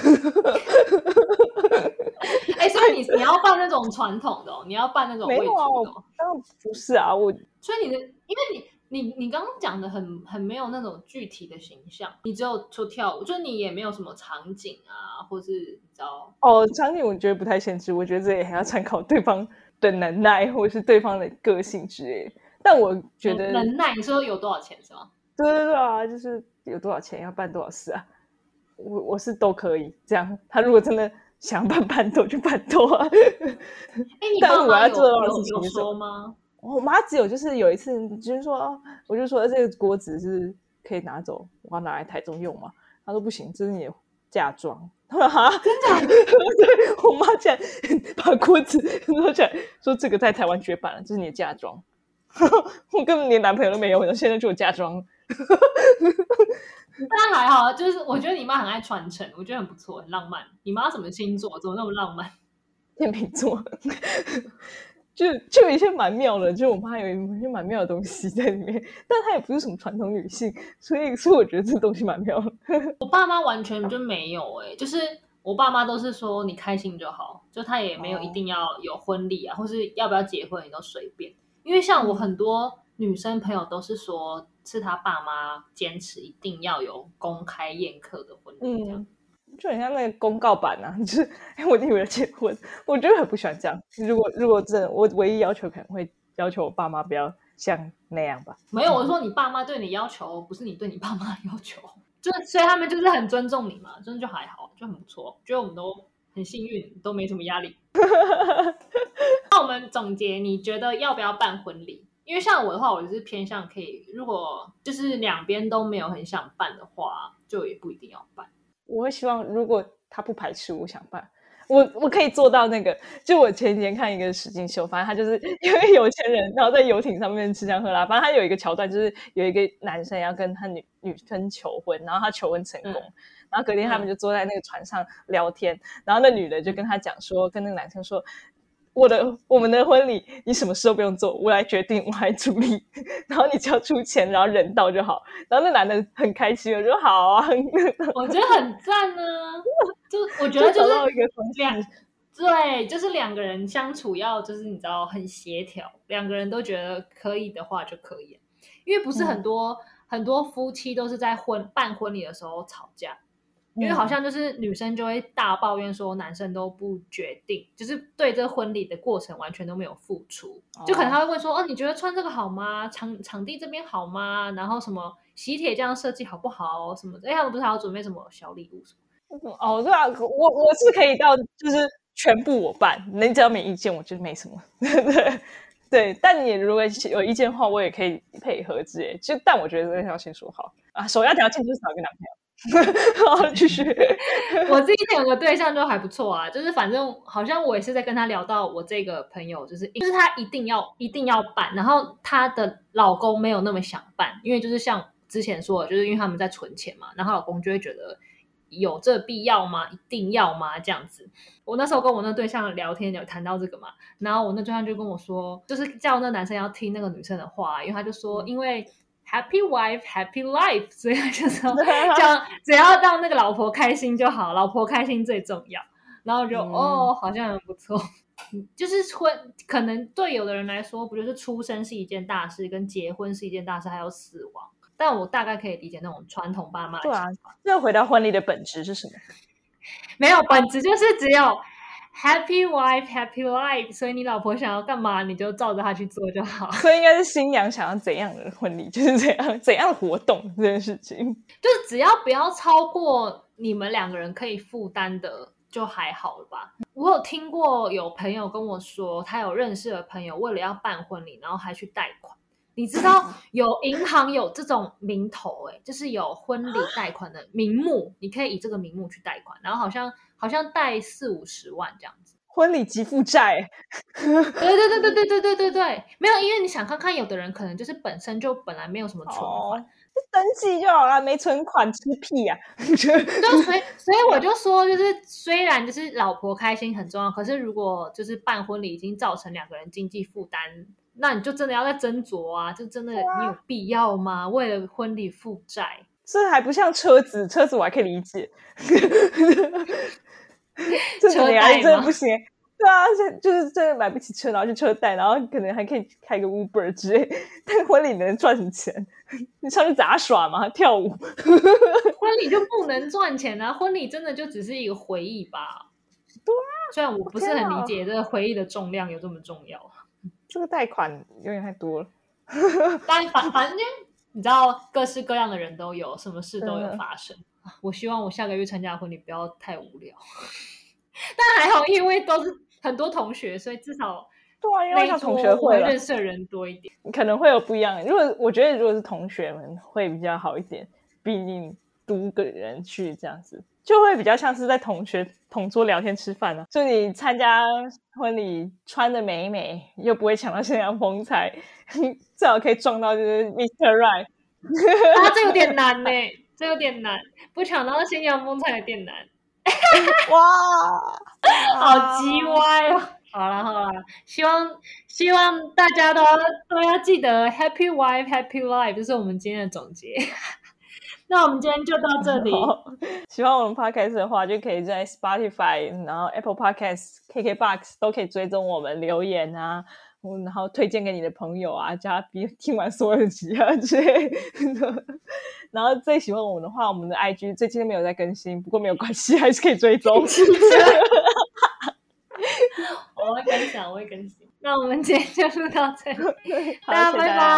所以你要办那种传统的你要办那种没有啊，当然不是啊， 所以因为你刚刚讲的很没有那种具体的形象，你只有说跳舞，就是你也没有什么场景啊，或是你知道场景我觉得不太限制，我觉得这也还要参考对方的能耐或者是对方的个性之类的。但我觉得能耐，你说有多少钱是吗？ 对啊，就是有多少钱要办多少事啊，我是都可以这样。他如果真的想办多就办多啊。 你爸妈有说吗？ 我妈只有就是有一次就是说，我就说这个锅子是可以拿走，我要拿来台中用嘛。她说不行，这是你的嫁妆。她说哈， 真的？ 对，我妈竟然把锅子拿起来说这个在台湾绝版了，这是你的嫁妆。我根本连男朋友都没有，现在就有嫁妆。 但还好，就是我觉得你妈很爱传承，我觉得很不错，很浪漫。你妈什么星座？怎么那么浪漫？ 天秤座。就有一些蛮妙的，就我妈有一些蛮妙的东西在里面，但她也不是什么传统女性，所以我觉得这东西蛮妙的。 我爸妈完全就没有就是我爸妈都是说你开心就好，就他也没有一定要有婚礼啊，或是要不要结婚你都随便。因为像我很多女生朋友都是说，是他爸妈坚持一定要有公开宴客的婚礼这样。 就很像那个公告版啊，就是我女儿结婚，我觉得很不喜欢这样。如果真的，我唯一要求可能会要求我爸妈不要像那样吧。 没有，我说你爸妈对你要求，不是你对你爸妈要求，所以他们就是很尊重你嘛，真的就还好，就很不错。觉得我们都很幸运，都没什么压力。那我们总结，你觉得要不要办婚礼？因为像我的话，我就是偏向可以，如果就是两边都没有很想办的话，就也不一定要办。 我会希望，如果他不排斥，我想办，我可以做到那个。就我前几天看一个实境秀，反正他就是因为有钱人，然后在游艇上面吃香喝辣。反正他有一个桥段，就是有一个男生要跟他女生求婚，然后他求婚成功，然后隔天他们就坐在那个船上聊天，然后那女的就跟他讲说，跟那个男生说。我们的婚礼你什么事都不用做，我来决定，我来处理，然后你只要出钱，然后人到就好。然后那男的很开心，我说好啊， 我觉得很赞啊。就我觉得就是对，就是两个人相处要就是你知道很协调，两个人都觉得可以的话就可以。因为不是很多夫妻都是在办婚礼的时候吵架。因为好像就是女生就会大抱怨说男生都不决定，就是对这婚礼的过程完全都没有付出，就可能他会问说你觉得穿这个好吗？场地这边好吗？然后什么喜帖这样设计好不好什么的？他们不是还要准备什么小礼物什么？ 对啊，我是可以到就是全部我办，你只要没意见，我就没什么。对，但你如果有意见的话，我也可以配合之类。但我觉得这个要先说好啊，首要条件就是找一个男朋友。好，继续。 我之前有个对象就还不错啊，就是反正好像我也是在跟他聊到我这个朋友，就是他一定要办，然后她的老公没有那么想办，因为就是像之前说的，就是因为他们在存钱嘛，然后老公就会觉得有这必要吗？一定要吗？这样子。我那时候跟我那对象聊天有谈到这个嘛，然后我那对象就跟我说，就是叫那男生要听那个女生的话，因为他就说，因为Happy wife, happy life， 所以他就说只要让那个老婆开心就好，老婆开心最重要。然后就好像很不错。就是可能对有的人来说，不就是出生是一件大事，跟结婚是一件大事，还有死亡。但我大概可以理解那种传统爸妈的想法。 对啊，这回到婚礼的本质是什么？ 没有，本质就是只有Happy wife, happy life， 所以你老婆想要干嘛，你就照着她去做就好。 所以应该是新娘想要怎样的婚礼，就是怎样的活动这件事情， 就是只要不要超过你们两个人可以负担的，就还好了吧。我有听过有朋友跟我说，他有认识的朋友为了要办婚礼，然后还去贷款。你知道有银行有这种名头就是有婚礼贷款的名目，你可以以这个名目去贷款，然后好像贷40-50万这样子。 婚礼即负债。 对，没有，因为你想看看，有的人可能就是本来没有什么存款， 登记就好了，没存款吃屁呀！ 对，所以我就说，就是虽然就是老婆开心很重要，可是如果就是办婚礼已经造成两个人经济负担，那你就真的要再斟酌啊！就真的你有必要吗？为了婚礼负债， 这还不像车子我还可以理解。车贷真的不行。对啊，就是真的买不起车，然后去车贷，然后可能还可以开个 Uber 之类。但婚礼能赚什么钱？你上去杂耍吗？跳舞？ 婚礼就不能赚钱啊！婚礼真的就只是一个回忆吧。 对啊， 虽然我不是很理解这个回忆的重量有这么重要。 这个贷款有点太多了。 但反正你知道，各式各样的人都有，什么事都有发生。我希望我下个月参加的婚礼不要太无聊。但还好，因为都是很多同学，所以至少对啊，因为像同学会认识的人多一点， 可能会有不一样的。我觉得如果是同学们会比较好一点，毕竟多个人去这样子，就会比较像是在同学同桌聊天吃饭啊。就你参加婚礼穿的美美，又不会抢到新娘风采，最好可以撞到就是 Mr. Right。 这有点难这有点难，不抢到新娘风采有点难。 哇， 好鸡歪哦！好了，希望大家都要记得 Happy wife, happy life， 这是我们今天的总结。那我们今天就到这里。 喜欢我们 Podcast 的话，就可以在 Spotify， 然后 Apple Podcast、KKBox 都可以追踪我们留言啊，然后推荐给你的朋友啊，叫他听完所有集啊之类的。然后最喜欢我们的话，我们的 IG 最近没有在更新，不过没有关系，还是可以追踪。我会更新。那我们今天就录到这里，大家拜拜。